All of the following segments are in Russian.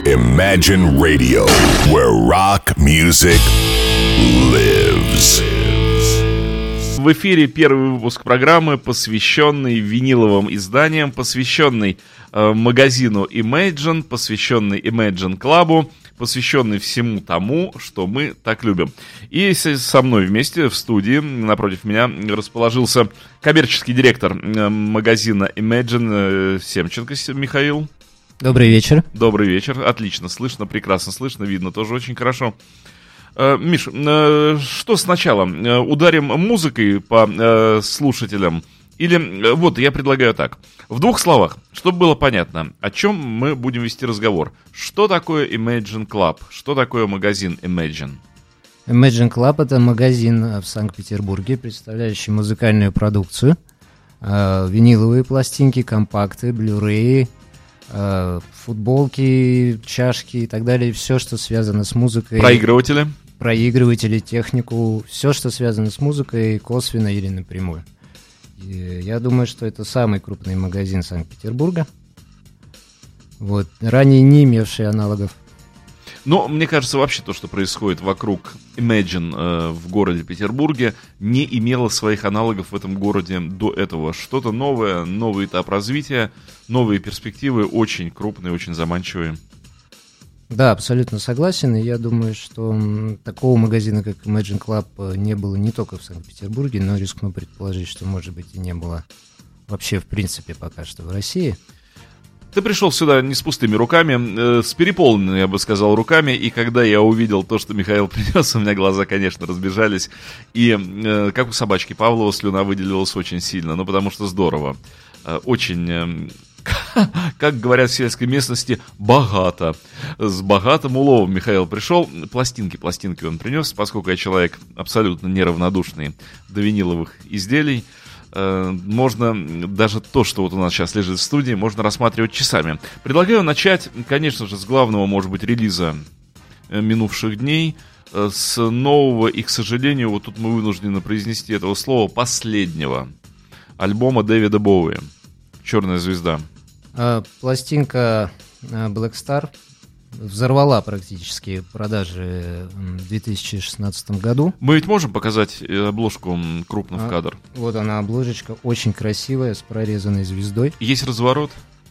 Imagine Radio, where rock music lives. В эфире первый выпуск программы, посвященный виниловым изданиям, посвященный магазину Imagine, посвященный Imagine Club, посвященный всему тому, что мы так любим. И со мной вместе в студии, напротив меня, расположился коммерческий директор магазина Imagine Семченко Михаил. Добрый вечер. Добрый вечер. Отлично слышно, прекрасно слышно, видно тоже очень хорошо. Миш, что сначала? Ударим музыкой по слушателям? Или вот я предлагаю так. В двух словах, чтобы было понятно, о чем мы будем вести разговор. Что такое Imagine Club? Что такое магазин Imagine? Imagine Club — это магазин в Санкт-Петербурге, представляющий музыкальную продукцию. Виниловые пластинки, компакты, блюреи, футболки, чашки и так далее. Все, что связано с музыкой. Проигрыватели, технику. Все, что связано с музыкой, косвенно или напрямую. И я думаю, что это самый крупный магазин Санкт-Петербурга. Вот. Ранее не имевший аналогов. Но мне кажется, вообще то, что происходит вокруг Imagine в городе Петербурге, не имело своих аналогов в этом городе до этого. Что-то новое, новый этап развития, новые перспективы, очень крупные, очень заманчивые. Да, абсолютно согласен. И я думаю, что такого магазина, как Imagine Club, не было не только в Санкт-Петербурге, но рискну предположить, что, может быть, и не было вообще, в принципе, пока что в России. Ты пришел сюда не с пустыми руками, с переполненными, я бы сказал, руками. И когда я увидел то, что Михаил принес, у меня глаза, конечно, разбежались. И как у собачки Павлова, слюна выделилась очень сильно. Ну, потому что здорово. Очень... как говорят в сельской местности, богато. С богатым уловом Михаил пришел. Пластинки он принес, поскольку я человек абсолютно неравнодушный до виниловых изделий. Можно даже то, что вот у нас сейчас лежит в студии, можно рассматривать часами. Предлагаю начать, конечно же, с главного, может быть, релиза минувших дней, с нового и, к сожалению, вот тут мы вынуждены произнести этого слова, последнего альбома Дэвида Боуи «Черная звезда». Пластинка Black Star взорвала практически продажи в 2016 году. Мы ведь можем показать обложку крупно в кадр? Вот она, обложечка, очень красивая, с прорезанной звездой. Есть разворот?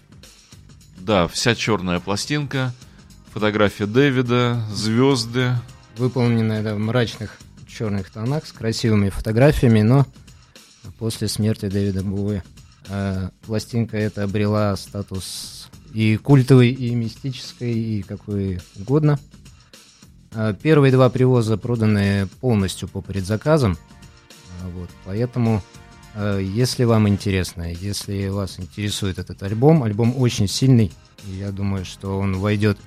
Да, вся черная пластинка, фотография Дэвида, звезды. Выполненная в мрачных черных тонах, с красивыми фотографиями, но после смерти Дэвида Боуи пластинка эта обрела статус и культовой, и мистической, и какой угодно. Первые два привоза проданы полностью по предзаказам. Вот, поэтому, если вам интересно, если вас интересует этот альбом очень сильный, и я думаю, что он войдет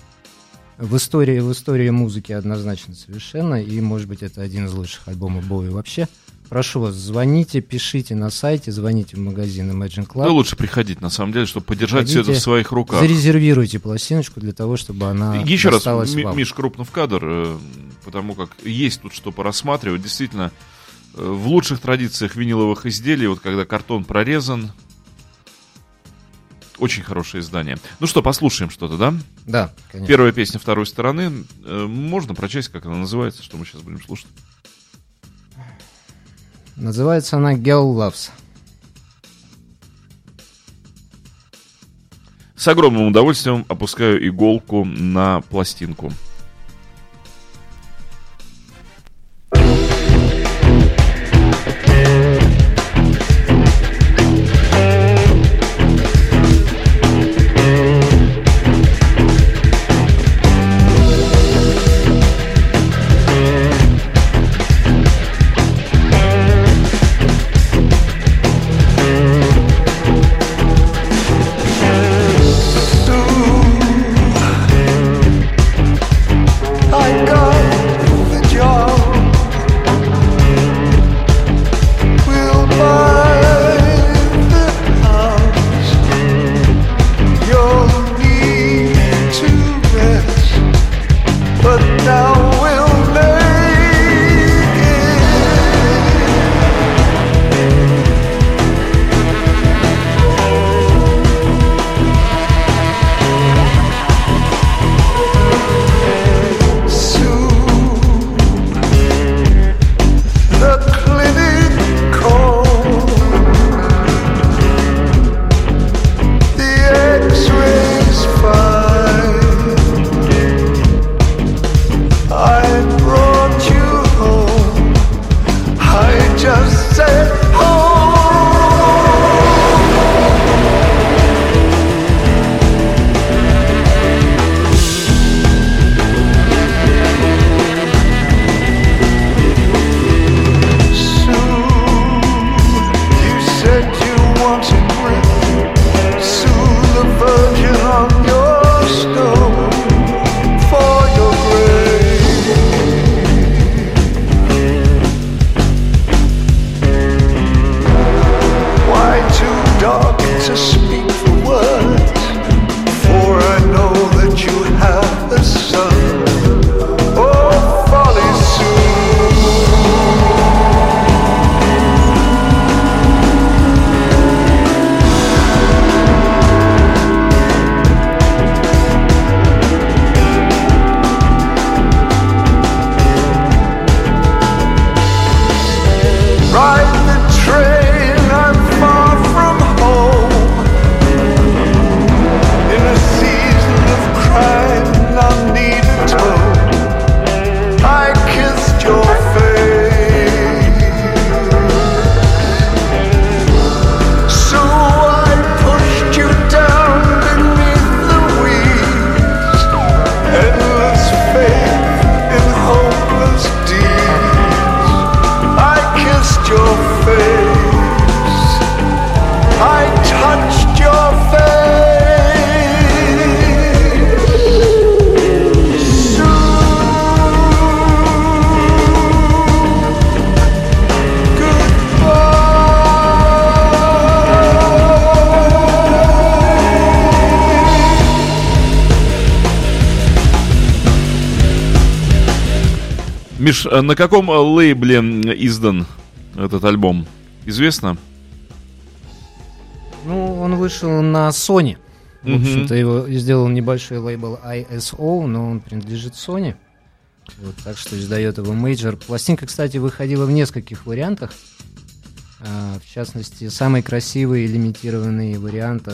в историю музыки однозначно совершенно, и, может быть, это один из лучших альбомов Боуи вообще. Прошу вас, звоните, пишите на сайте, звоните в магазин Imagine Club. Ну, лучше приходить, на самом деле, чтобы подержать все это в своих руках. Зарезервируйте пластиночку для того, чтобы она еще досталась раз, вам. Миш, крупно в кадр, потому как есть тут что порассматривать. Действительно, в лучших традициях виниловых изделий, вот когда картон прорезан, очень хорошее издание. Ну что, послушаем что-то, да? Да, конечно. Первая песня второй стороны. Можно прочесть, как она называется, что мы сейчас будем слушать? Называется она Girl Loves. С огромным удовольствием опускаю иголку на пластинку. Миш, на каком лейбле издан этот альбом? Известно? Ну, он вышел на Sony. В общем-то, его сделал небольшой лейбл ISO, но он принадлежит Sony. Вот, так что издает его Major. Пластинка, кстати, выходила в нескольких вариантах. В частности, самый красивый лимитированный вариант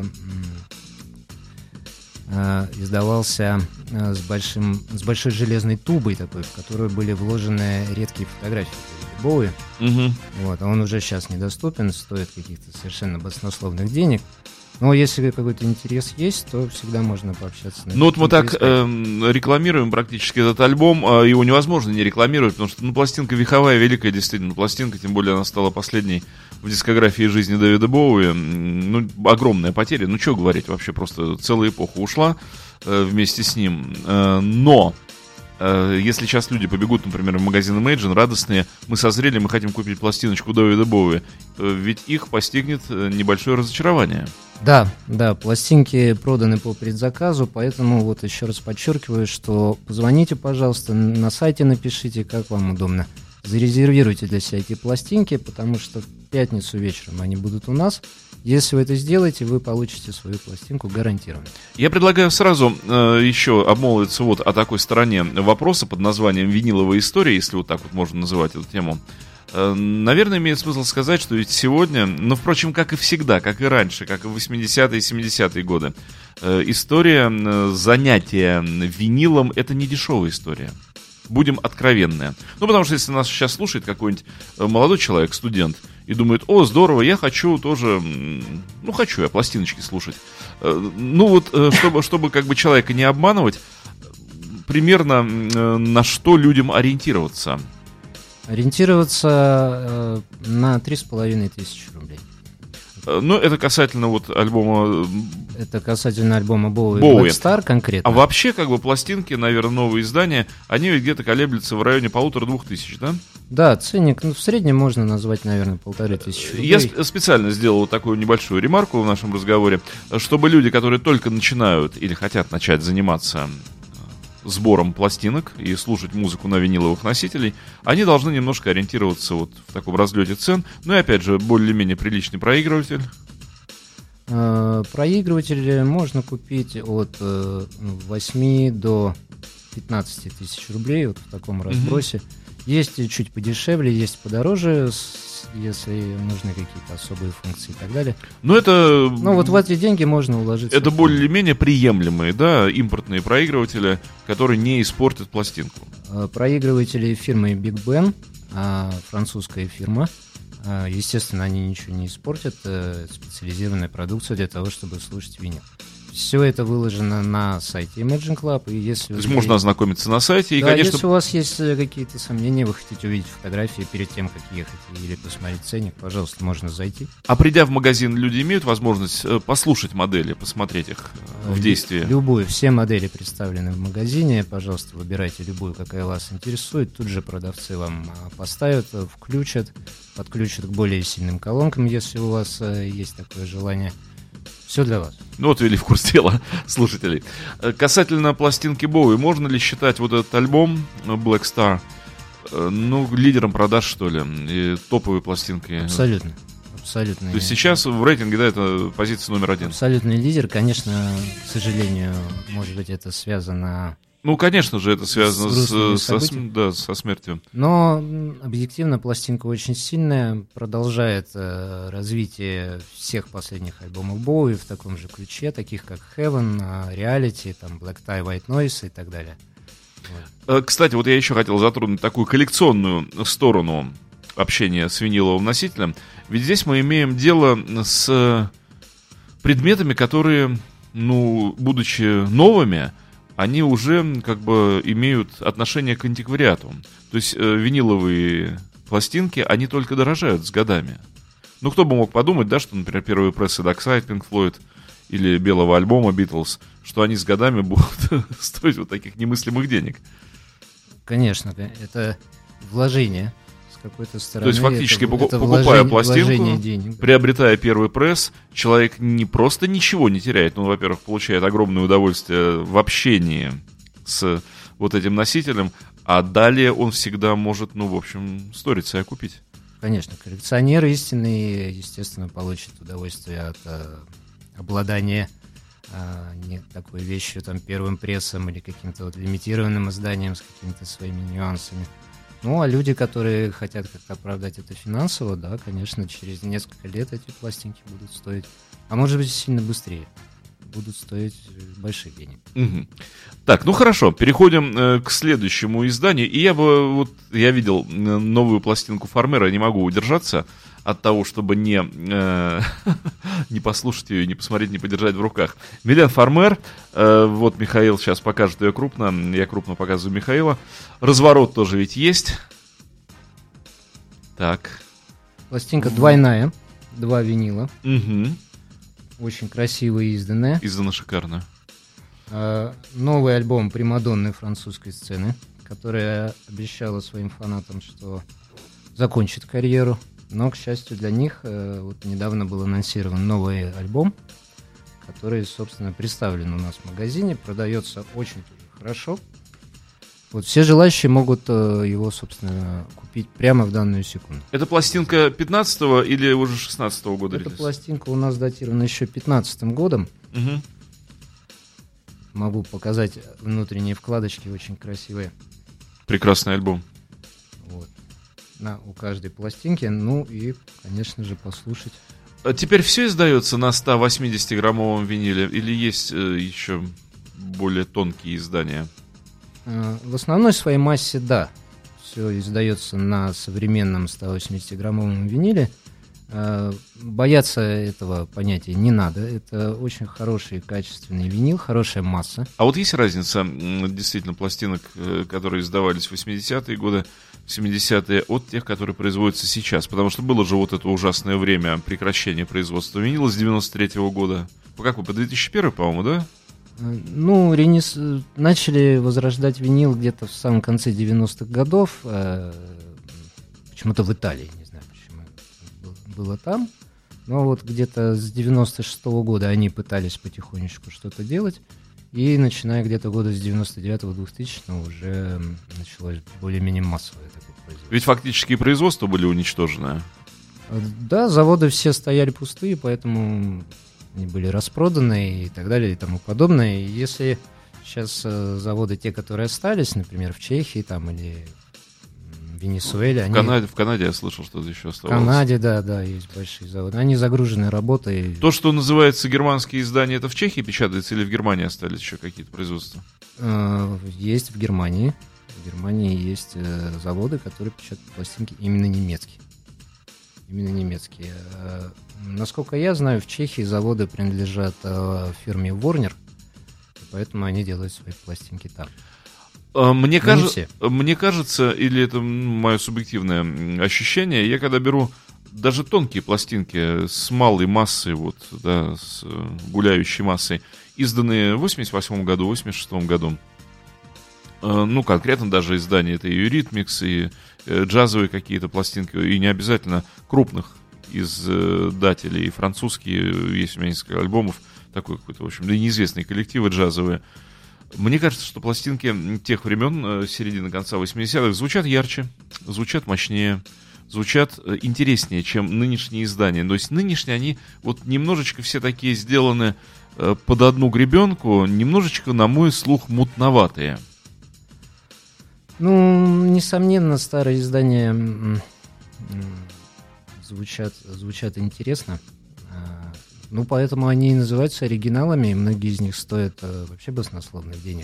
издавался с большой железной тубой такой, в которую были вложены редкие фотографии Боуи. Вот, а он уже сейчас недоступен, стоит каких-то совершенно баснословных денег. Но если какой-то интерес есть, то всегда можно пообщаться. Ну вот мы так рекламируем практически этот альбом, его невозможно не рекламировать, потому что пластинка вековая, великая действительно пластинка, тем более она стала последней в дискографии жизни Дэвида Боуи. Ну, огромная потеря, ну что говорить, вообще просто целая эпоха ушла вместе с ним. Но если сейчас люди побегут, например, в магазин Imagine, радостные, мы созрели, мы хотим купить пластиночку Дэвида Боуи, ведь их постигнет небольшое разочарование. Да, пластинки проданы по предзаказу, поэтому вот еще раз подчеркиваю, что позвоните, пожалуйста, на сайте напишите, как вам удобно. Зарезервируйте для себя эти пластинки, потому что в пятницу вечером они будут у нас. Если вы это сделаете, вы получите свою пластинку гарантированно. Я предлагаю сразу еще обмолвиться вот о такой стороне вопроса под названием «Виниловая история», если вот так вот можно называть эту тему. Наверное, имеет смысл сказать, что ведь сегодня, ну, впрочем, как и всегда, как и раньше, как и в 80-е и 70-е годы, история занятия винилом — это не дешевая история. Будем откровенны. Ну, потому что если нас сейчас слушает какой-нибудь молодой человек, студент, и думает: о, здорово, я хочу тоже, ну, хочу я пластиночки слушать. Ну, вот, чтобы как бы человека не обманывать, примерно на что людям ориентироваться? Ориентироваться на 3500 рублей. Ну, это касательно вот альбома... Это касательно альбома Bowie Black Star конкретно. А вообще, как бы, пластинки, наверное, новые издания, они ведь где-то колеблются в районе 1500-2000, да? Да, ценник, ну, в среднем можно назвать, наверное, 1500 рублей. Я специально сделал такую небольшую ремарку в нашем разговоре, чтобы люди, которые только начинают или хотят начать заниматься сбором пластинок и слушать музыку на виниловых носителей, они должны немножко ориентироваться вот в таком разлете цен. Ну и опять же, более-менее приличный проигрыватель. Проигрыватель можно купить от 8 до 15 тысяч рублей вот в таком разбросе. Есть чуть подешевле, есть подороже, если нужны какие-то особые функции и так далее. Но это... Ну, вот в эти деньги можно уложиться. Это более-менее приемлемые, да, импортные проигрыватели, которые не испортят пластинку. Проигрыватели фирмы Big Ben, французская фирма. Естественно, они ничего не испортят. Специализированная продукция для того, чтобы слушать винил. Все это выложено на сайте Imagine Club. И если то есть можно ознакомиться на сайте. И, да, конечно... если у вас есть какие-то сомнения, вы хотите увидеть фотографии перед тем, как ехать, или посмотреть ценник, пожалуйста, можно зайти. А придя в магазин, люди имеют возможность послушать модели, посмотреть их в действии? Любую. Все модели представлены в магазине. Пожалуйста, выбирайте любую, какая вас интересует. Тут же продавцы вам поставят, включат, подключат к более сильным колонкам, если у вас есть такое желание. Все для вас. Ну вот ввели в курс дела слушателей. Касательно пластинки Боуи, можно ли считать вот этот альбом Black Star, ну, лидером продаж, что ли, и топовой пластинкой? Абсолютно. Абсолютно. То есть сейчас в рейтинге, да, это позиция номер 1. Абсолютный лидер. Конечно, к сожалению, может быть, это связано... Ну, конечно же, это связано со смертью. Но объективно пластинка очень сильная, продолжает развитие всех последних альбомов Боуи в таком же ключе, таких как Heaven, Reality, там, Black Tie, White Noise и так далее. Вот. Кстати, вот я еще хотел затронуть такую коллекционную сторону общения с виниловым носителем. Ведь здесь мы имеем дело с предметами, которые, ну, будучи новыми, они уже как бы имеют отношение к антиквариату. То есть виниловые пластинки, они только дорожают с годами. Ну, кто бы мог подумать, да, что, например, первые прессы Dark Side, Pink Floyd или белого альбома Beatles, что они с годами будут стоить вот таких немыслимых денег. Конечно, это вложение с какой-то стороны. То есть фактически, покупая пластинку, приобретая первый пресс, человек не просто ничего не теряет, но, во-первых, получает огромное удовольствие в общении с вот этим носителем, А далее он всегда может, в общем, сториться и окупить. Конечно, коллекционер истинный, естественно, получит удовольствие от обладания не такой вещью, там, первым прессом или каким-то вот лимитированным изданием с какими-то своими нюансами. Ну, а люди, которые хотят как-то оправдать это финансово, да, конечно, через несколько лет эти пластинки будут стоить, а может быть, сильно быстрее, будут стоить больших денег. Угу. Так, хорошо, переходим к следующему изданию. И я видел новую пластинку Фармера, не могу удержаться от того, чтобы не послушать ее, не посмотреть, не подержать в руках. Милен Фармер, вот Михаил сейчас покажет ее крупно, я крупно показываю Михаила. Разворот тоже ведь есть. Так. Пластинка двойная, 2 винила. Угу. Очень красиво изданная. Издана шикарно. Новый альбом примадонны французской сцены, которая обещала своим фанатам, что закончит карьеру. Но, к счастью для них, вот недавно был анонсирован новый альбом, который, собственно, представлен у нас в магазине, продается очень хорошо. Вот все желающие могут его, собственно, купить прямо в данную секунду. Это пластинка 15-го или уже 16-го года? Эта пластинка у нас датирована еще 15-м годом. Угу. Могу показать внутренние вкладочки, очень красивые. Прекрасный альбом. Вот. У каждой пластинки, и, конечно же, послушать. А теперь все издается на 180-граммовом виниле или есть еще более тонкие издания? В основной своей массе, да. Все издается на современном 180-граммовом виниле. Бояться этого понятия не надо. Это очень хороший, качественный винил, хорошая масса. А вот есть разница, действительно, пластинок, которые издавались в 80-е годы, в 70-е, от тех, которые производятся сейчас? Потому что было же вот это ужасное время прекращения производства винила с 93-го года. По 2001, по-моему, да? Начали возрождать винил где-то в самом конце 90-х годов. Почему-то в Италии, не знаю, почему было там. Но вот где-то с 96-го года они пытались потихонечку что-то делать. И начиная где-то года с 99-го, 2000-го уже началось более-менее массовое такое производство. Ведь фактически производства были уничтожены. Да, заводы все стояли пустые, поэтому они были распроданы и так далее и тому подобное. И если сейчас заводы, те, которые остались, например, в Чехии там, или в Венесуэле... В Канаде я слышал, что это еще оставалось. В Канаде, да, есть большие заводы. Они загружены работой. То, что называется германские издания, это в Чехии печатается или в Германии остались еще какие-то производства? Есть в Германии. В Германии есть заводы, которые печатают пластинки именно немецкие. Насколько я знаю, в Чехии заводы принадлежат фирме Warner, поэтому они делают свои пластинки там. Мне кажется, или это мое субъективное ощущение, я когда беру даже тонкие пластинки с малой массой, с гуляющей массой, изданные в 88 году, 86 году, конкретно даже издания, это и Eurythmics, и джазовые какие-то пластинки, и не обязательно крупных издателей, и французские, есть у меня несколько альбомов, такой какой-то, в общем, неизвестные коллективы джазовые. Мне кажется, что пластинки тех времен, середины-конца 80-х, звучат ярче, звучат мощнее, звучат интереснее, чем нынешние издания. То есть нынешние они немножечко все такие сделаны под одну гребенку, немножечко, на мой слух, мутноватые. Несомненно, старые издания звучат интересно. Поэтому они и называются оригиналами, и многие из них стоят вообще баснословных денег.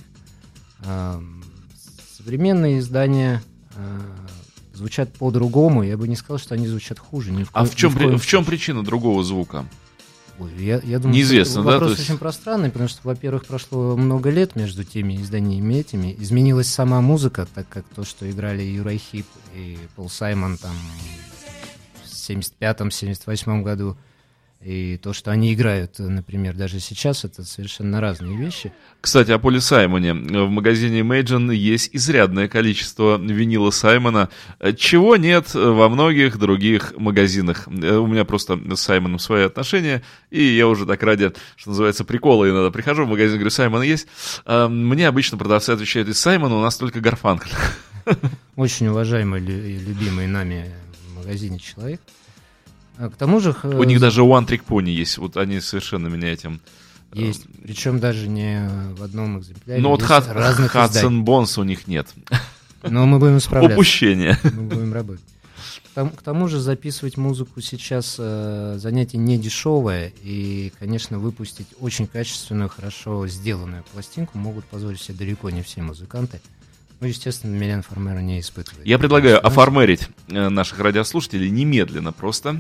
Современные издания звучат по-другому. Я бы не сказал, что они звучат хуже. В чем причина другого звука? Я думаю, неизвестно, что вопрос очень пространный, потому что, во-первых, прошло много лет между теми изданиями этими. Изменилась сама музыка, так как то, что играли Юрай Хип и Пол Саймон там в 75-78 году, и то, что они играют, например, даже сейчас, это совершенно разные вещи. Кстати, о Поле Саймоне. В магазине Imagine есть изрядное количество винила Саймона, чего нет во многих других магазинах. У меня просто с Саймоном свои отношения, и я уже так ради, что называется, прикола иногда прихожу в магазин, говорю: Саймон есть? Мне обычно продавцы отвечают: из Саймона у нас только Гарфанкель. очень уважаемый и любимый нами в магазине человек. К тому же... У них даже One Trick Pony есть, вот они совершенно меня этим... Есть, причем даже не в одном экземпляре. Ну вот Hudson Bones у них нет. Но мы будем справляться. Упущение. Мы будем работать. К тому же записывать музыку сейчас занятие не дешевое, и, конечно, выпустить очень качественную, хорошо сделанную пластинку могут позволить себе далеко не все музыканты. Ну, естественно, Милен Фармер не испытывает. Я предлагаю оформерить наших радиослушателей немедленно просто.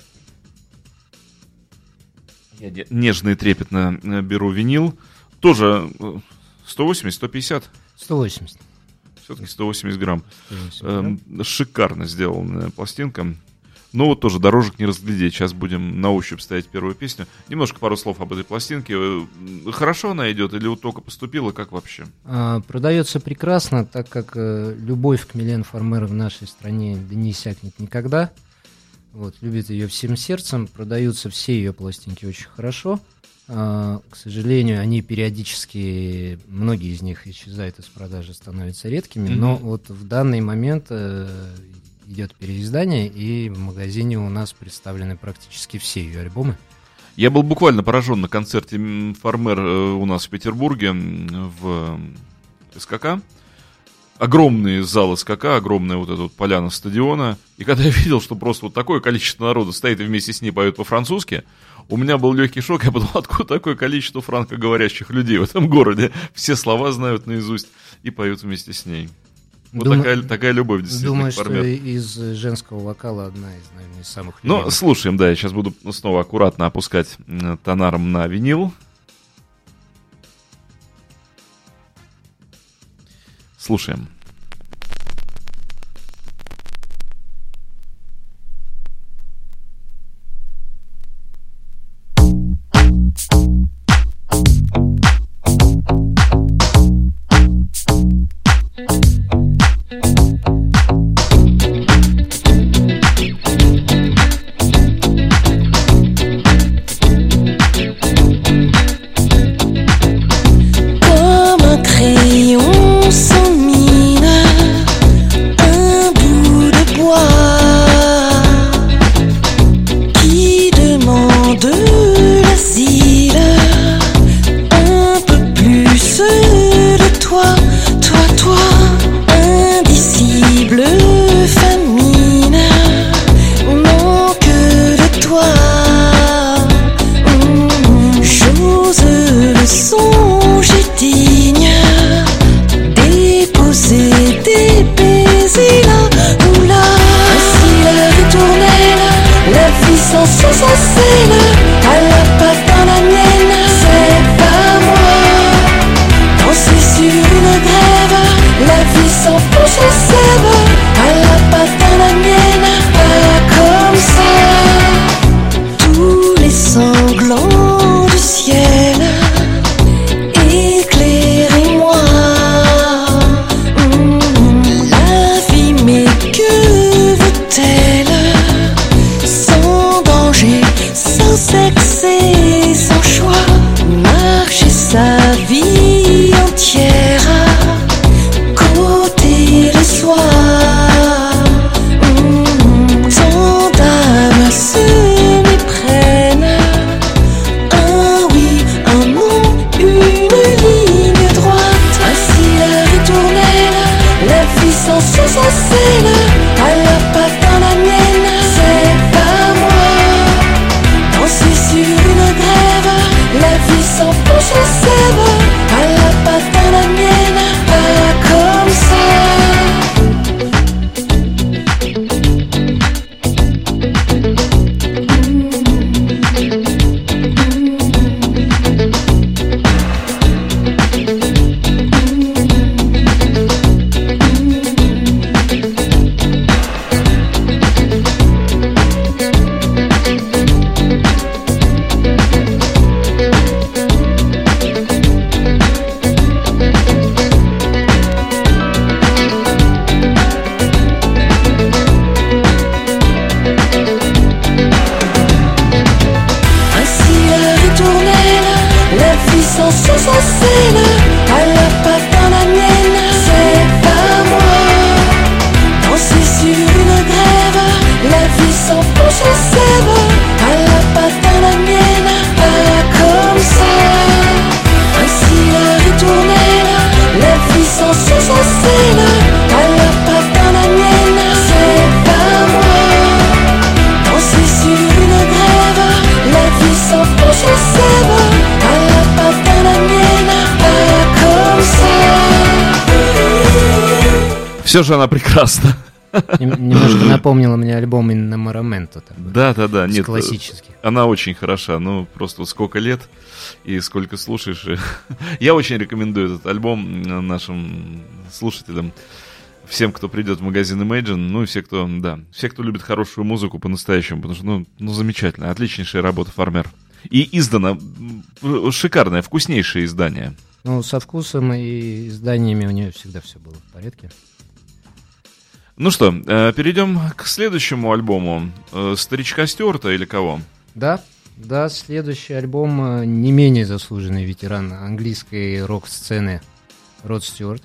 Я нежно и трепетно беру винил. Тоже 180, 150? 180. Все-таки 180 грамм. 180 грамм. Шикарно сделанная пластинка. Но вот тоже дорожек не разглядеть. Сейчас будем на ощупь ставить первую песню. Немножко пару слов об этой пластинке. Хорошо она идет или вот только поступила? Как вообще? Продается прекрасно, так как любовь к Милен Фармер в нашей стране не иссякнет никогда. Вот, любит ее всем сердцем. Продаются все ее пластинки очень хорошо. К сожалению, они периодически, многие из них исчезают из продажи, становятся редкими. Но вот в данный момент идет переиздание, и в магазине у нас представлены практически все ее альбомы. Я был буквально поражен на концерте Фармер у нас в Петербурге в СКК. Огромный зал СКК, огромная вот эта вот поляна стадиона. И когда я видел, что просто вот такое количество народа стоит и вместе с ней поет по-французски, у меня был легкий шок. Я подумал, откуда такое количество франкоговорящих людей в этом городе? Все слова знают наизусть и поют вместе с ней. Вот такая любовь действительно к Фармер. Думаю, что из женского вокала одна из, наверное, самых любимых. Ну, слушаем, да, я сейчас буду снова аккуратно опускать тонаром на винил. Слушаем. Sa vie entière à côté de soi. sous sa scène, elle a pas dans la mienne, c'est pas moi. Danser sur une grève, la vie s'enfonce au sève, elle a pas dans la mienne, pas comme ça. Все же она прекрасна. Немножко напомнила мне альбом Инна Мораменто. Да, нет. Классический. Она очень хороша, ну просто сколько лет и сколько слушаешь. Я очень рекомендую этот альбом нашим слушателям, всем, кто придет в магазин Imagine, ну и все, кто любит хорошую музыку по-настоящему, потому что, ну замечательно, отличнейшая работа Фармер. И издано шикарное, вкуснейшее издание. Ну, со вкусом и изданиями у нее всегда все было в порядке. Ну что, перейдем к следующему альбому. Старичка Стюарта или кого? Да, следующий альбом не менее заслуженный ветеран английской рок-сцены Род Стюарт.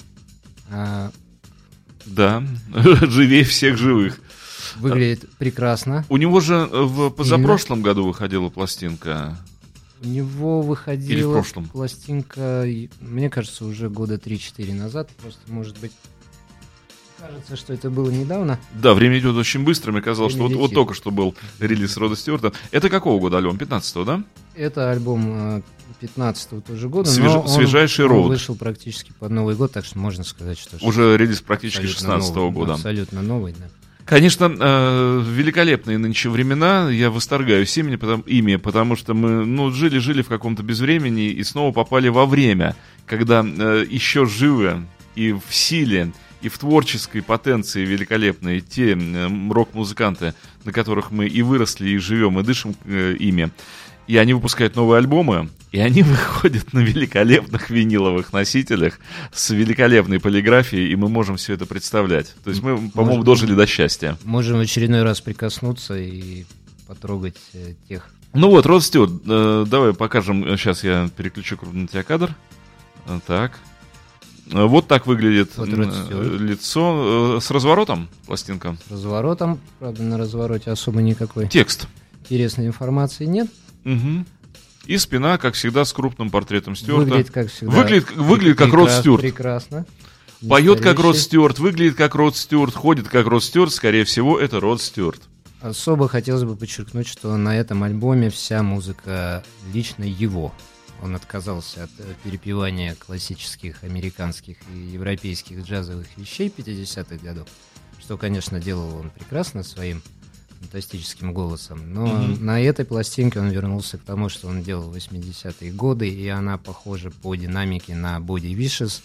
Да, живее всех живых. Выглядит прекрасно. У него же в позапрошлом году выходила пластинка. У него выходила Или в прошлом? Пластинка, мне кажется, уже года 3-4 назад. Просто, может быть, кажется, что это было недавно. Да, время идет очень быстро. Мне казалось, что вот только что был релиз Рода Стюарта. Это какого года альбом? 15-го, да? Это альбом 15-го тоже года, свежайший он Роуд. вышел практически под Новый год, так что можно сказать, что... Уже релиз практически 16-го года. Абсолютно новый, да. Конечно, великолепные нынче времена. Я восторгаюсь ими, потому что мы жили в каком-то безвремени и снова попали во время, когда еще живы и в силе, и в творческой потенции великолепные те рок-музыканты, на которых мы и выросли, и живем, и дышим ими. И они выпускают новые альбомы, и они выходят на великолепных виниловых носителях с великолепной полиграфией, и мы можем все это представлять. То есть мы, по-моему, дожили до счастья. Можем в очередной раз прикоснуться и потрогать тех. Ну вот, Род Стюарт, давай покажем. Сейчас я переключу на тебя кадр. Так. Вот так выглядит лицо. С разворотом пластинка? С разворотом. Правда, на развороте особо никакой текст интересной информации нет. Угу. И спина, как всегда, с крупным портретом Стюарта. Выглядит, как всегда. Выглядит как Род Стюарт. Прекрасно. Поет как Род Стюарт, выглядит как Род Стюарт, ходит как Род Стюарт. Скорее всего, это Род Стюарт. Особо хотелось бы подчеркнуть, что на этом альбоме вся музыка лично его. Он отказался от перепевания классических американских и европейских джазовых вещей 50-х годов, что, конечно, делал он прекрасно своим фантастическим голосом, но на этой пластинке он вернулся к тому, что он делал в 80-е годы, и она похожа по динамике на Body Vicious,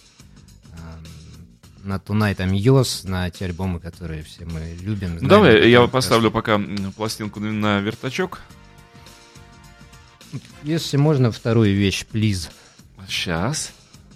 на Tonight I'm Yours, на те альбомы, которые все мы любим. Знаем. Давай, я поставлю пока пластинку на вертачок. Если можно, вторую вещь, please. Сейчас.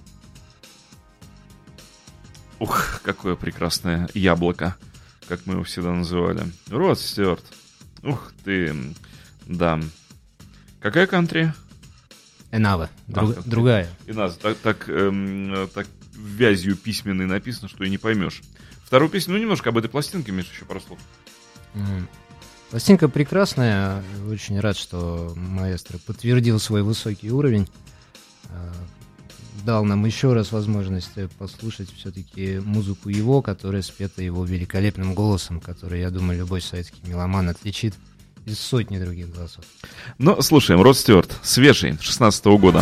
Ух, какое прекрасное яблоко, как мы его всегда называли. Род Стюарт. Ух ты. Да. Какая кантри? Энава. Другая. Энава. Так вязью письменной написано, что и не поймешь. Вторую песню, немножко об этой пластинке, Миша, еще пару слов. Пластинка прекрасная. Очень рад, что маэстро подтвердил свой высокий уровень. Дал нам еще раз возможность послушать все-таки музыку его, которая спета его великолепным голосом, который, я думаю, любой советский меломан отличит из сотни других голосов. Ну, слушаем. Род Стюарт. Свежий, 16-го года.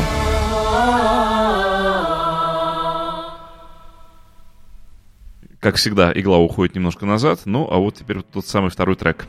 Как всегда, игла уходит немножко назад. Ну, а вот теперь тот самый второй трек.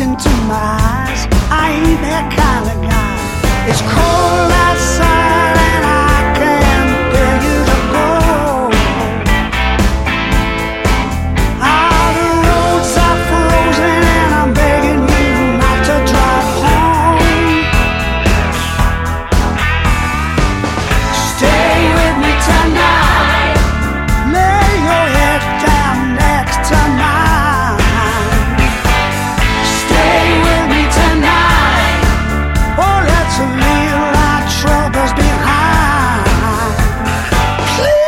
into my eyes. I ain't that kind of guy. It's cold outside and I can't bear you to go. All the roads are frozen and I'm begging you not to drive home. Stay with me tonight. Lay your head down next to mine. Stay with me tonight. Oh, let's leave our troubles behind. Please.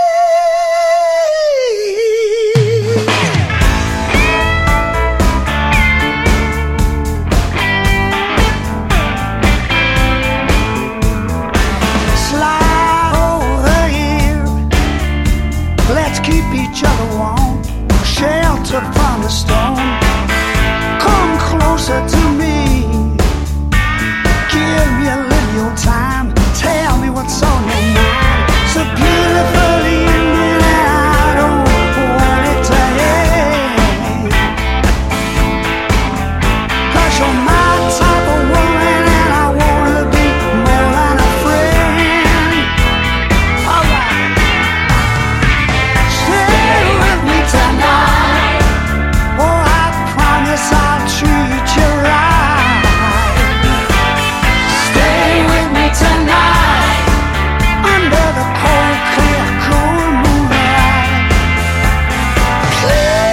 Slide over here. Let's keep each other warm. Shelter from the storm. Come closer to me. Give me a little time. Tell me what's on your mind. It's a beautiful evening and I don't want it to end. 'Cause you're my type of woman and I wanna be more than a friend. Alright. Stay with me tonight. Oh, I promise I'll treat you right. Stay with me tonight. Under the cold, clear, cool moonlight. Please.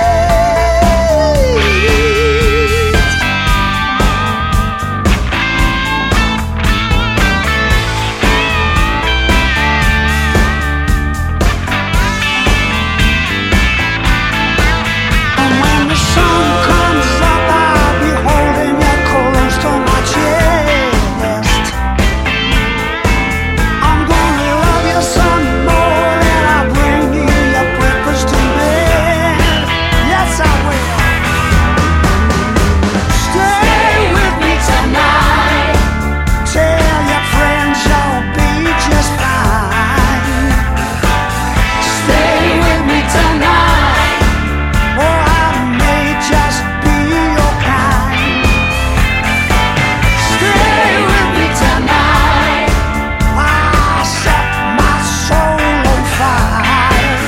And when the sun comes up, I'll be holding you close to my chest. I'm gonna love you some more, and I'll bring you your breakfast in bed. Yes, I will. Stay with me tonight. Tell your friends you'll be just fine. Stay with me tonight. Oh, I may just be your kind. Stay with me tonight. I set my soul on fire.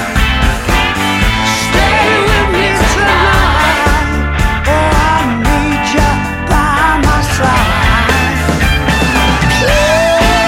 Stay with me tonight. Oh, I need you by my side. Please.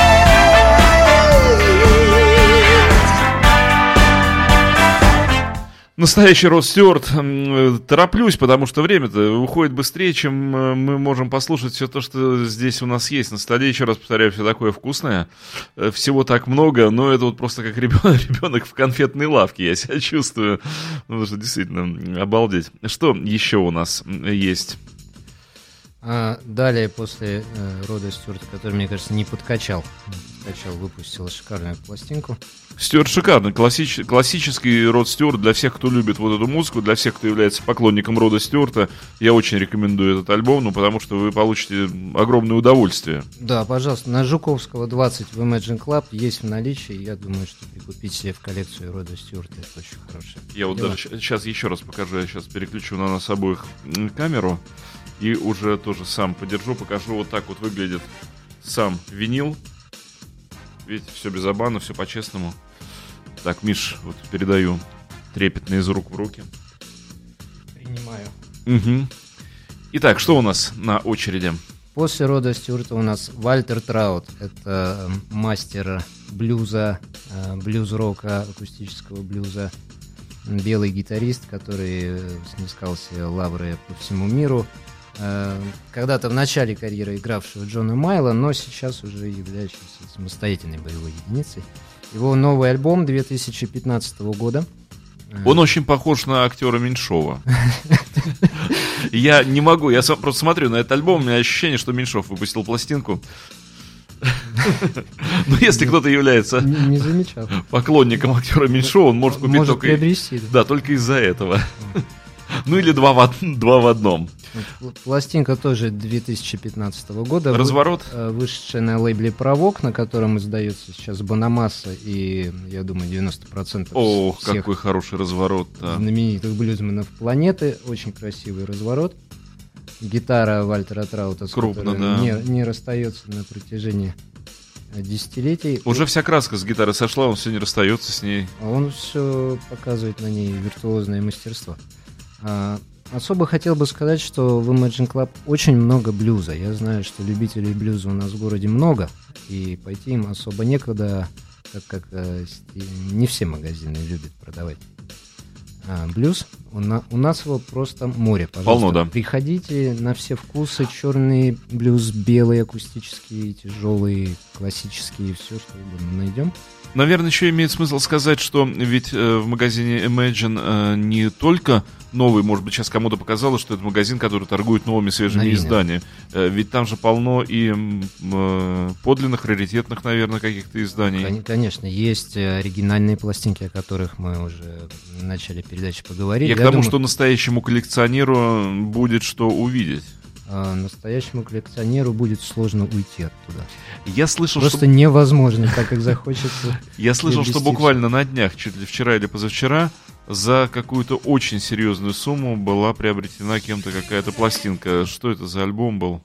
Настоящий Род Стюарт. Тороплюсь, потому что время-то уходит быстрее, чем мы можем послушать все то, что здесь у нас есть на столе. Еще раз повторяю, все такое вкусное. Всего так много, но это вот просто как ребенок в конфетной лавке. Я себя чувствую. Ну, что действительно, обалдеть. Что еще у нас есть? Далее, после Рода Стюарта, который, мне кажется, не подкачал, выпустил шикарную пластинку. Стюарт шикарный, классический Род Стюарт. Для всех, кто любит вот эту музыку, для всех, кто является поклонником Рода Стюарта, я очень рекомендую этот альбом, ну, потому что вы получите огромное удовольствие. Да, пожалуйста, на Жуковского 20 в Imagine Club есть в наличии. Я думаю, что прикупить себе в коллекцию Рода Стюарта — это очень хорошее. Я вот даже сейчас еще раз покажу, я сейчас переключу на нас обоих камеру и уже тоже сам подержу, покажу. Вот так вот выглядит сам винил. Видите, все без обмана, все по-честному. Так, Миш, вот передаю трепетно из рук в руки. Принимаю. Угу. Итак, что у нас на очереди? После Рода Стюарта у нас Вальтер Траут. Это мастер блюза, блюз-рока, акустического блюза. Белый гитарист, который снискал себе лавры по всему миру. Когда-то в начале карьеры игравшего Джона Майла, но сейчас уже являющийся самостоятельной боевой единицей. Его новый альбом 2015 года. Он очень похож на актера Меньшова. Я не могу, я просто смотрю на этот альбом, у меня ощущение, что Меньшов выпустил пластинку. Но если кто-то является поклонником актера Меньшова, он может купить только из-за этого. Ну или два в одном. Пластинка тоже 2015 года. Разворот. Вышедшая на лейбле «Провок», на котором издается сейчас Бономасса и, я думаю, 90% Ох, всех какой хороший разворот. Да. знаменитых блюзменов планеты. Очень красивый разворот. гитара Вальтера Траута, с Крупно, которой да. не расстается на протяжении десятилетий. Уже вся краска с гитары сошла, он все не расстается с ней. А он все показывает на ней виртуозное мастерство. Особо хотел бы сказать, что в Imagine Club очень много блюза. Я знаю, что любителей блюза у нас в городе много, и пойти им особо некуда, так как не все магазины любят продавать блюз. У нас его просто море. Пожалуйста, Полно, да. приходите на все вкусы. Черный блюз, белый, акустический, тяжелый, классический, все, что угодно найдем. Наверное, еще имеет смысл сказать, что ведь в магазине Imagine не только новый, может быть, сейчас кому-то показалось, что это магазин, который торгует новыми свежими Новинок. изданиями. Ведь там же полно и подлинных, раритетных, наверное, каких-то изданий. Конечно, есть оригинальные пластинки, о которых мы уже в начале передачи поговорили. Я к тому, что настоящему коллекционеру будет что увидеть. Настоящему коллекционеру будет сложно уйти оттуда. Я слышал, Просто что... невозможно, так как захочется. Я слышал, что приобрести буквально на днях, чуть ли вчера или позавчера, за какую-то очень серьезную сумму была приобретена кем-то какая-то пластинка. Что это за альбом был?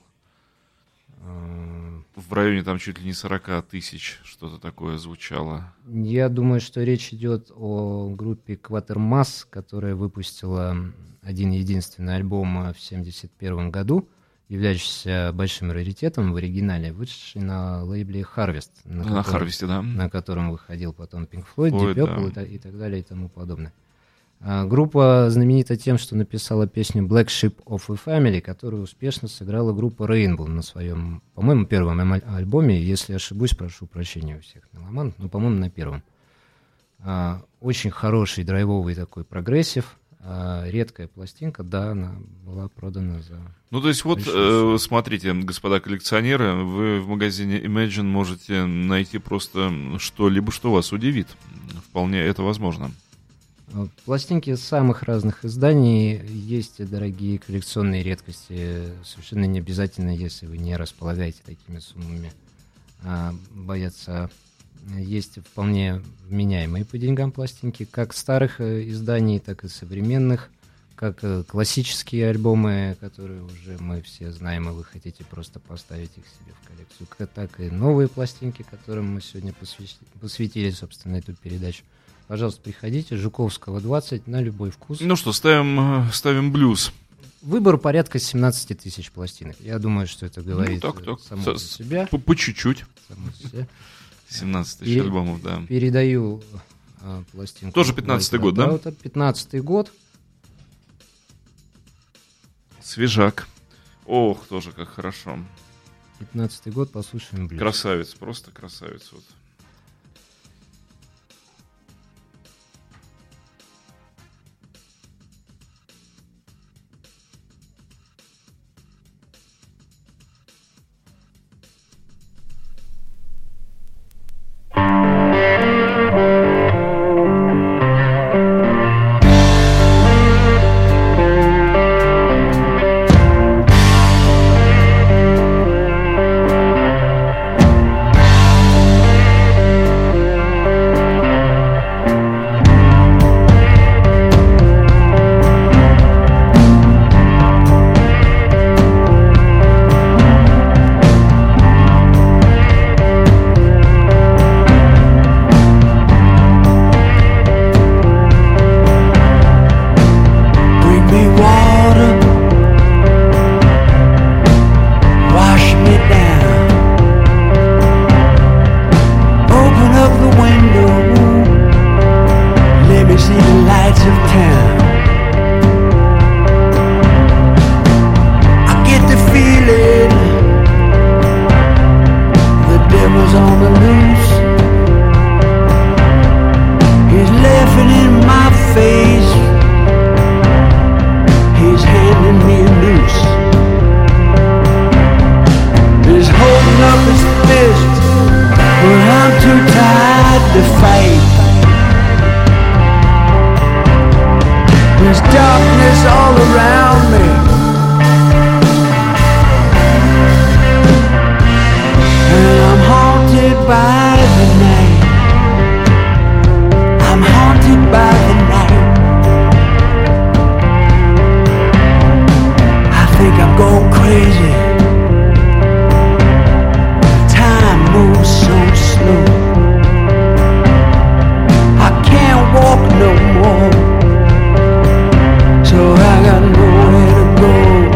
В районе там чуть ли не 40 тысяч, что-то такое звучало. Я думаю, что речь идет о группе Quatermass, которая выпустила один единственный альбом в 1971 году, являющийся большим раритетом в оригинале, вышедший на лейбле Harvest, На Харвесте, да. на котором выходил потом Pink Floyd, Ой, Deep Purple и так далее и тому подобное. Группа знаменита тем, что написала песню Black Sheep of a Family, которую успешно сыграла группа Rainbow на своем, по-моему, первом альбоме. Если ошибусь, прошу прощения у всех меломанов, но, по-моему, на первом. Очень хороший драйвовый такой прогрессив. Редкая пластинка, да, она была продана за... Ну, то есть вот, смотрите, господа коллекционеры, вы в магазине Imagine можете найти просто что-либо, что вас удивит. Вполне это возможно. Пластинки самых разных изданий, есть дорогие коллекционные редкости, совершенно не обязательно, если вы не располагаете такими суммами, бояться. Есть вполне вменяемые по деньгам пластинки, как старых изданий, так и современных, как классические альбомы, которые уже мы все знаем, и вы хотите просто поставить их себе в коллекцию, так и новые пластинки, которым мы сегодня посвятили, собственно, эту передачу. Пожалуйста, приходите, Жуковского, 20, на любой вкус. Ну что, ставим блюз. Выбор порядка 17 тысяч пластинок. Я думаю, что это говорит само за себя. По чуть-чуть. Само за себя. 17 тысяч альбомов, да. Передаю пластинку. Тоже 15-й год, да? 15-й год. Свежак. Ох, тоже как хорошо. 15-й год, послушаем блюз. Красавец, просто красавец. Вот. crazy. Time moves so slow. I can't walk no more, so I got nowhere to go.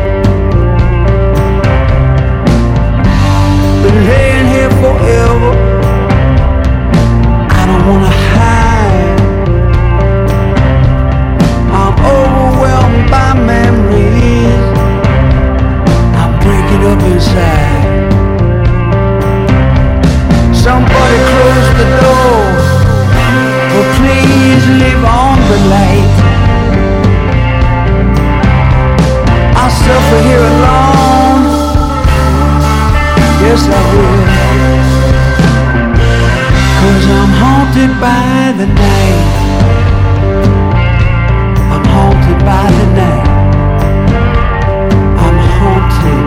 Been laying here forever. I don't wanna hide. I'm overwhelmed by memories. I'm breaking up inside. Somebody close the door, or please leave on the light. I'll suffer here alone. Yes, I will. 'Cause I'm haunted by the night. I'm haunted by the night. I'm haunted.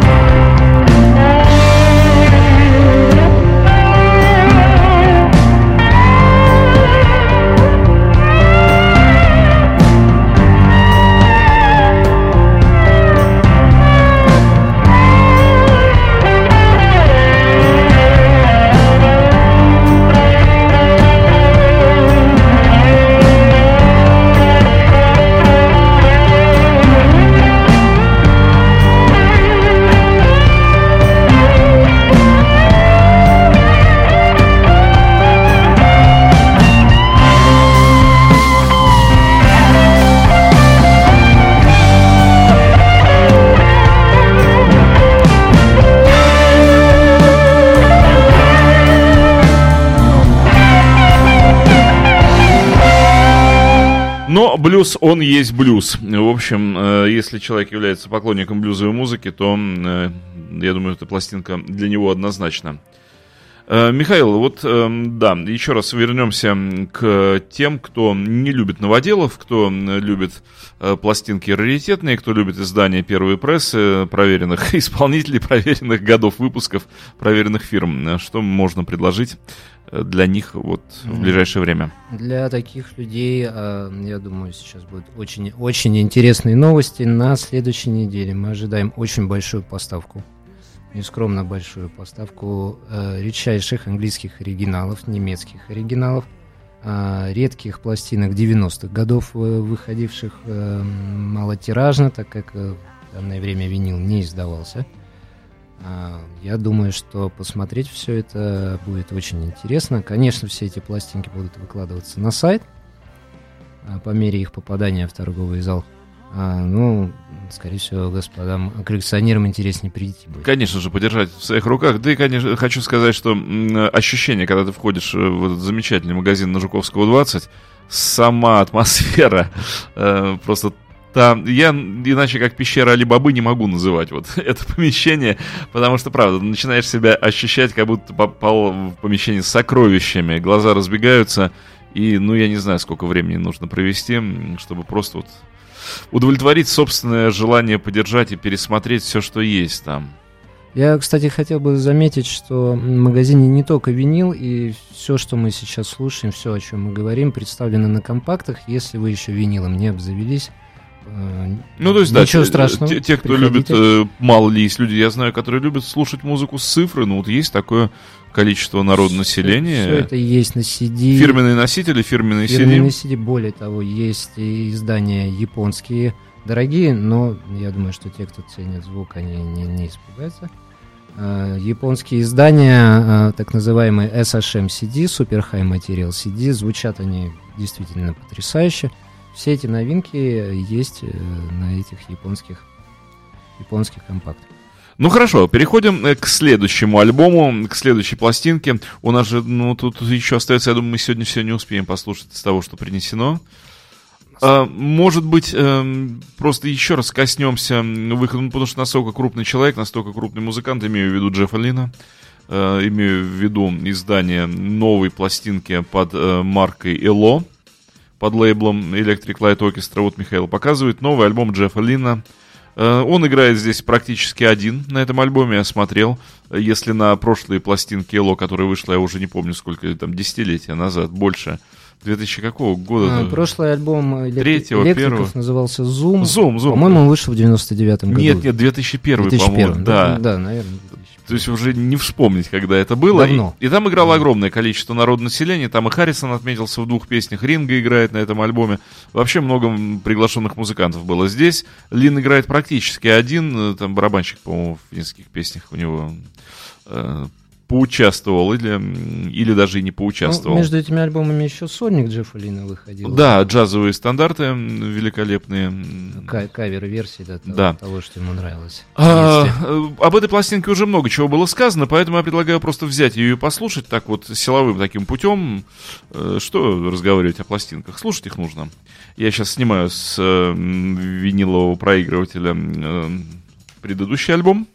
Но блюз, он есть блюз. В общем, если человек является поклонником блюзовой музыки, то, я думаю, эта пластинка для него однозначно. Михаил, вот, да, еще раз вернемся к тем, кто не любит новоделов, кто любит пластинки раритетные, кто любит издания первой прессы, проверенных исполнителей, проверенных годов выпусков, проверенных фирм. Что можно предложить для них вот в ближайшее время? Для таких людей, я думаю, сейчас будут очень, очень интересные новости. На следующей неделе мы ожидаем очень большую поставку, нескромно большую поставку редчайших английских оригиналов, немецких оригиналов, редких пластинок 90-х годов, выходивших малотиражно, так как в данное время винил не издавался. Я думаю, что посмотреть все это будет очень интересно. Конечно, все эти пластинки будут выкладываться на сайт по мере их попадания в торговый зал. Ну, скорее всего, господам коллекционерам интереснее прийти будет. Конечно же, подержать в своих руках. Да и, конечно, хочу сказать, что ощущение, когда ты входишь в этот замечательный магазин на Жуковского 20, сама атмосфера просто... Там, я иначе как пещера Али-Бабы не могу называть вот это помещение, потому что, правда, начинаешь себя ощущать, как будто попал в помещение с сокровищами, глаза разбегаются, и, ну, я не знаю, сколько времени нужно провести, чтобы просто вот удовлетворить собственное желание подержать и пересмотреть все, что есть там. Я, кстати, хотел бы заметить, что в магазине не только винил, и все, что мы сейчас слушаем, все, о чем мы говорим, представлено на компактах. Если вы еще винилом не обзавелись, ну, то есть, ничего да, страшного. Те, кто любит, мало ли есть люди, я знаю, которые любят слушать музыку с цифры, ну, вот есть такое количество народонаселения. Все это есть на CD. Фирменные носители, фирменные CD. Более того, есть и издания японские, дорогие, но я думаю, что те, кто ценит звук, они не испугаются. Японские издания, так называемые SHM CD, Super High Material CD, звучат они действительно потрясающе. Все эти новинки есть на этих японских компактах. Ну хорошо, переходим к следующему альбому, к следующей пластинке. У нас же, ну, тут еще остается, я думаю, мы сегодня все не успеем послушать из того, что принесено. Может быть, просто еще раз коснемся выхода, ну, потому что настолько крупный человек, настолько крупный музыкант, имею в виду Джеффа Лина, имею в виду издание новой пластинки под маркой ELO, под лейблом Electric Light Orchestra. Вот Михаил показывает новый альбом Джеффа Лина. Он играет здесь практически один на этом альбоме, я смотрел. Если на прошлые пластинки ELO, которая вышла, я уже не помню сколько, там, десятилетия назад, больше, 2000 какого года? Прошлый альбом Третьего, Электриков первого. назывался «Зум». Зум. По-моему, он вышел в 99-м году. Нет, 2001, 2001, по-моему. Да. Да, наверное. То есть уже не вспомнить, когда это было. Давно. И там играло огромное количество народонаселения. Там и Харрисон отметился в 2 песнях. Ринго играет на этом альбоме. Вообще много приглашенных музыкантов было здесь. Лин играет практически один. Там барабанщик, по-моему, в нескольких песнях у него поучаствовал или даже и не поучаствовал. Между этими альбомами еще сольник Джеффа Лина выходил. Да, джазовые стандарты великолепные. Кавер-версии того, что ему нравилось. Об этой пластинке уже много чего было сказано, поэтому я предлагаю просто взять ее и послушать так вот силовым таким путем. Что разговаривать о пластинках? Слушать их нужно. Я сейчас снимаю с винилового проигрывателя предыдущий альбом.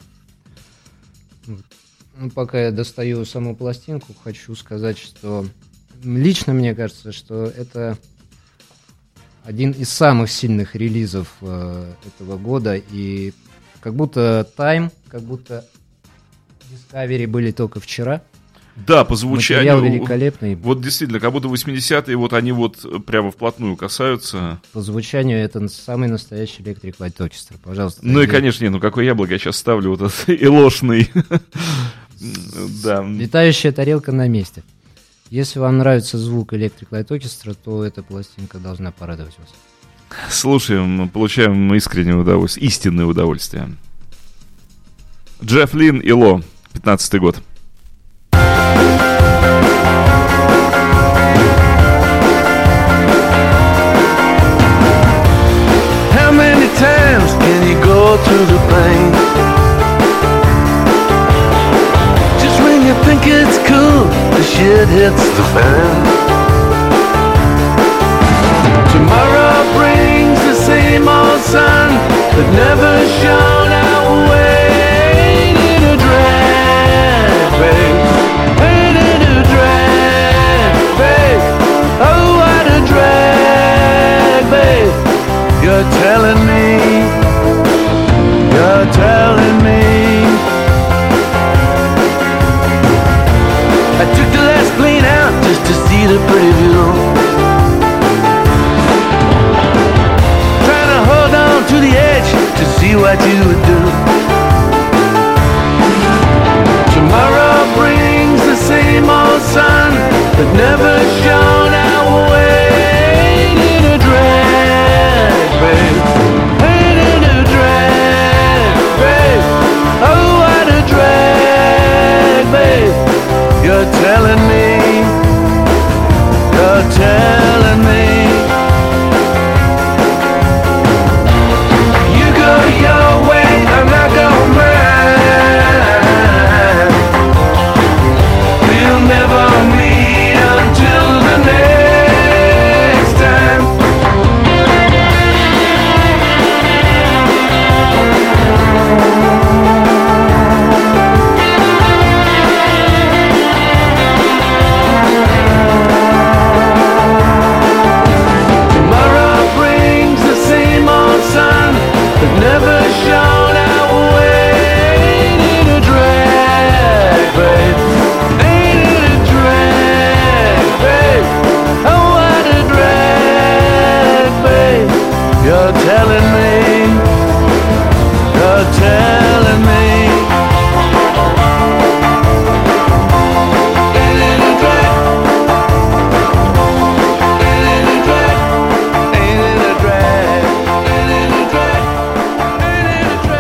Пока я достаю саму пластинку, хочу сказать, что лично мне кажется, что это один из самых сильных релизов этого года. И как будто Time, как будто Discovery были только вчера. Да, по звучанию. Материал великолепный. Вот действительно, как будто 80-е, вот они вот прямо вплотную касаются. По звучанию это самый настоящий Electric Light Orchestra. Пожалуйста. Ну и, конечно, какое яблоко я сейчас ставлю, вот этот илошный. Да. Летающая тарелка на месте. Если вам нравится звук Electric Light Orchestra, то эта пластинка должна порадовать вас. Слушаем, получаем искреннее удовольствие, истинное удовольствие. Джефф Лин и Ло, 15-й год. How many times can you go through the pain? Just when you think it's cool, the shit hits the fan. Tomorrow brings the same old sun that never shone our way. In a drag, babe. In a drag, babe. Oh, what a drag, babe. You're telling me, you're telling me. I took the last plane out just to see the pretty view. Trying to hold on to the edge to see what you would do. Tomorrow brings the same old sun that never shone our way. In a drag, babe. In a drag, babe. Oh, what a drag, babe. You're telling me, you're telling me. You go your way, I'm not going mine. We'll never meet until the next time. Tomorrow brings the same old sun that never shone our way. In a drag, babe. In a drag, babe. Oh, what a drag, babe. You're telling me, you're telling me. In a drag, in a drag, in a drag, in a drag, in a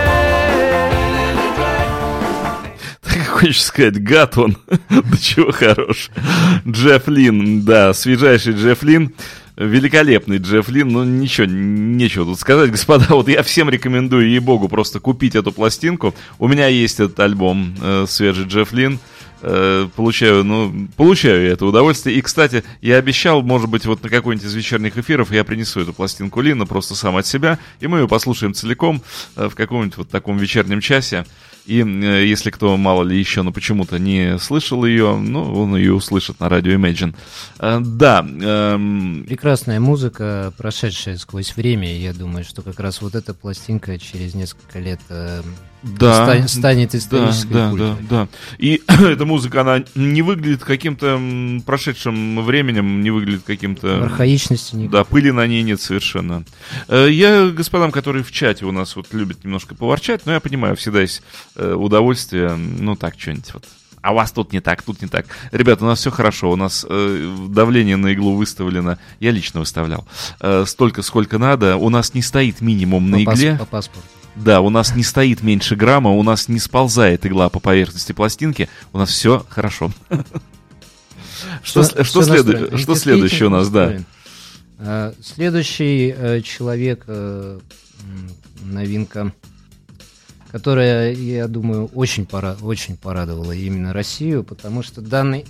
drag. Так хочешь сказать, гад он. Да чего хорош. Джефф Лин, да, свежайший Джефф Лин. Великолепный Джефф Лин, ну ничего, нечего тут сказать, господа, вот я всем рекомендую, ей-богу, просто купить эту пластинку. У меня есть этот альбом, свежий Джефф Лин, получаю я это удовольствие. И, кстати, я обещал, может быть, вот на какой-нибудь из вечерних эфиров я принесу эту пластинку Лина просто сам от себя, и мы ее послушаем целиком в каком-нибудь вот таком вечернем часе. И если кто, мало ли еще, но почему-то не слышал ее, ну, он ее услышит на радио Imagine. Да. Прекрасная музыка, прошедшая сквозь время, и я думаю, что как раз вот эта пластинка через несколько лет станет исторической культурой. Да. И эта музыка, она не выглядит каким-то прошедшим временем, не выглядит каким-то... Архаичности никакой. Да, пыли на ней нет совершенно. Я господам, которые в чате у нас вот любят немножко поворчать, но я понимаю, всегда есть удовольствие, ну так, что-нибудь вот. А у вас тут не так, тут не так. Ребята, у нас все хорошо, у нас давление на иглу выставлено, я лично выставлял, столько, сколько надо, у нас не стоит минимум на игле. По паспорту. Да, у нас не стоит меньше грамма, у нас не сползает игла по поверхности пластинки, у нас все хорошо. Что следующее у нас, да? Следующий человек, новинка, которая, я думаю, очень порадовала именно Россию, потому что данный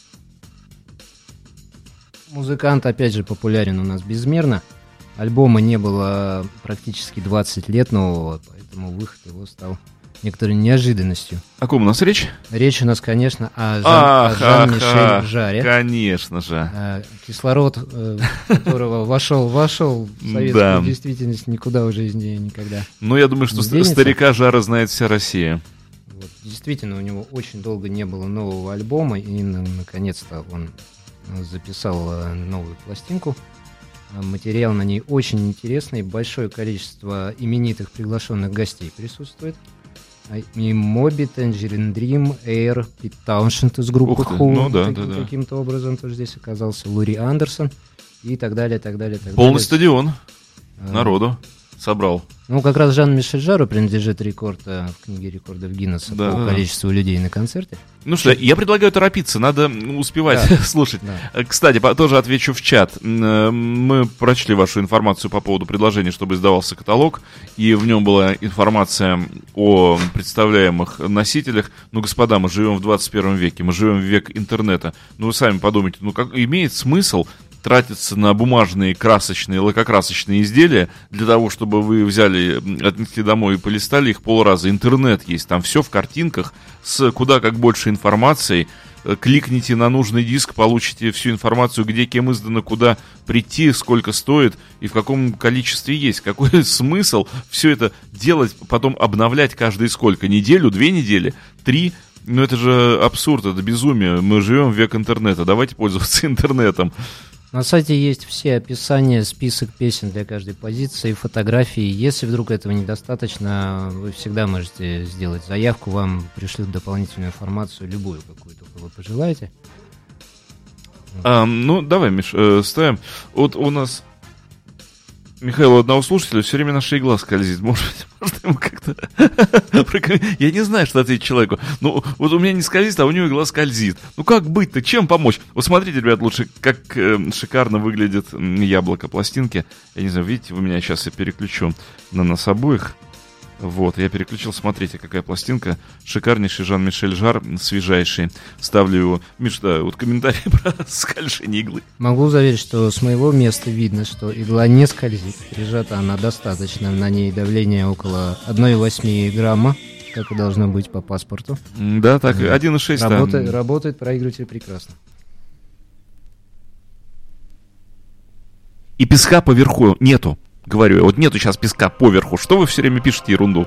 музыкант, опять же, популярен у нас безмерно. Альбома не было практически 20 лет нового, поэтому выход его стал некоторой неожиданностью. О ком у нас речь? Речь у нас, конечно, о Жан-Мишель Жарре. Конечно же. Кислород, которого вошел в советскую действительность, никуда уже из нее никогда. Ну, я думаю, что старика Жара знает вся Россия. Вот, действительно, у него очень долго не было нового альбома, и наконец-то он записал новую пластинку. Материал на ней очень интересный, большое количество именитых приглашенных гостей присутствует. И Моби, Tangerine Dream, Air, Пит Тауншенд из группы Who каким-то образом тоже здесь оказался, Лури Андерсон и так далее, так далее, так далее. Полный стадион народу собрал. Ну, как раз Жан-Мишель Жару принадлежит рекорд в книге рекордов Гиннесса по количеству людей на концерте. Ну что, я предлагаю торопиться, надо успевать слушать. Да. Кстати, тоже отвечу в чат. Мы прочли вашу информацию по поводу предложения, чтобы издавался каталог, и в нем была информация о представляемых носителях. Ну, господа, мы живем в 21 веке, мы живем в век интернета. Ну, вы сами подумайте, ну, как имеет смысл тратиться на бумажные, красочные, лакокрасочные изделия для того, чтобы вы взяли, отнесли домой и полистали их полраза. Интернет есть, там все в картинках, с куда как больше информации. Кликните на нужный диск, получите всю информацию, где, кем издано, куда прийти, сколько стоит и в каком количестве есть. Какой смысл все это делать, потом обновлять каждые сколько? Неделю, 2 недели, 3? Ну это же абсурд, это безумие. Мы живем в век интернета, давайте пользоваться интернетом. На сайте есть все описания, список песен для каждой позиции, фотографии. Если вдруг этого недостаточно, вы всегда можете сделать заявку, вам пришлют дополнительную информацию, любую, какую только вы пожелаете. Ну, давай, Миш, ставим. Вот у нас Михаил, у одного слушателя все время наша игла скользит. Может ему как-то... Я не знаю, что ответить человеку. Ну, вот у меня не скользит, а у него игла скользит. Ну, как быть-то? Чем помочь? Вот смотрите, ребят, лучше, как шикарно выглядит яблоко пластинки. Я не знаю, видите, вы меня сейчас я переключу на нас обоих. Вот, я переключил, смотрите, какая пластинка. Шикарнейший Жан-Мишель Жар, свежайший. Ставлю его. Миш, да, вот комментарий про скольжение иглы. Могу заверить, что с моего места видно, что игла не скользит. Прижата она достаточно, на ней давление около 1,8 грамма, как и должно быть по паспорту. Да, так, 1,6. Работает проигрыватель прекрасно. И песка поверху нету. Говорю я, вот нету сейчас песка поверху. Что вы все время пишете ерунду?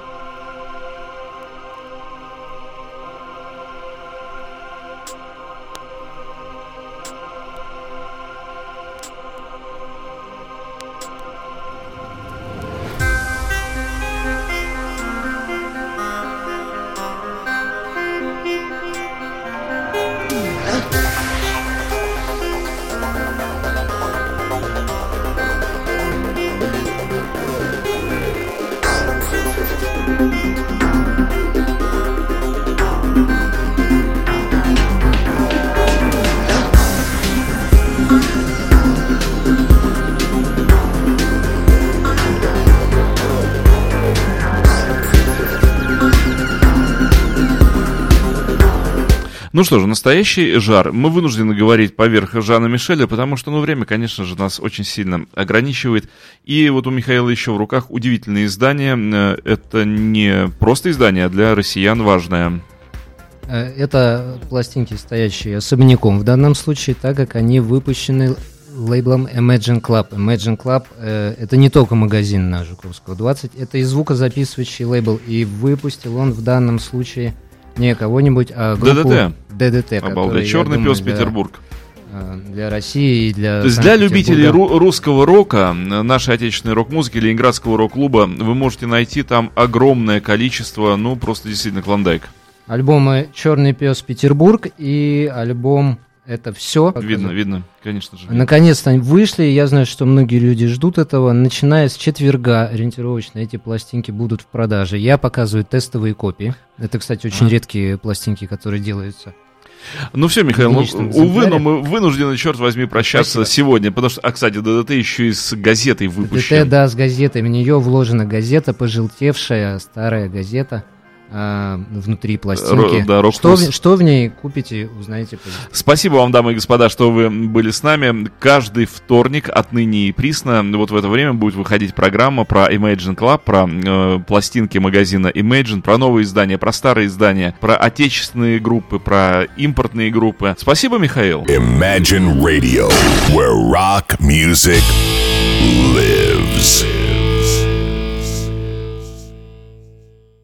Ну что же, настоящий жар. Мы вынуждены говорить поверх Жана Мишеля, потому что, время, конечно же, нас очень сильно ограничивает. И вот у Михаила еще в руках удивительное издание. Это не просто издание, а для россиян важное. Это пластинки, стоящие особняком в данном случае, так как они выпущены лейблом Imagine Club. Imagine Club это не только магазин на Жуковского 20, это и звукозаписывающий лейбл. И выпустил он в данном случае не кого-нибудь, а группу ДДТ, Обалдеть. который, Черный я думаю, пес Петербург. для России и для То есть для любителей Санкт-Петербурга. русского рока, нашей отечественной рок-музыки, Ленинградского рок-клуба, вы можете найти там огромное количество, ну, просто действительно клондайк. Альбомы «Черный пес Петербург» и альбом «Это все». Видно, конечно же. Наконец-то они вышли, и я знаю, что многие люди ждут этого. Начиная с четверга ориентировочно эти пластинки будут в продаже. Я показываю тестовые копии. Это, кстати, очень редкие пластинки, которые делаются. Ну все, Михаил, В единичном увы, экземпляре. но мы вынуждены, черт возьми, прощаться Спасибо. сегодня, потому что, кстати, ДДТ еще и с газетой выпущен. ДТ, да, с газетой. В нее вложена газета, пожелтевшая, старая газета. Внутри пластинки. Да, рок-плюс. Что в ней купите, узнаете позже. Спасибо вам, дамы и господа, что вы были с нами. Каждый вторник отныне и присно вот в это время будет выходить программа про Imagine Club, про пластинки магазина Imagine, про новые издания, про старые издания, про отечественные группы, про импортные группы. Спасибо, Михаил. Imagine Radio, where rock music lives.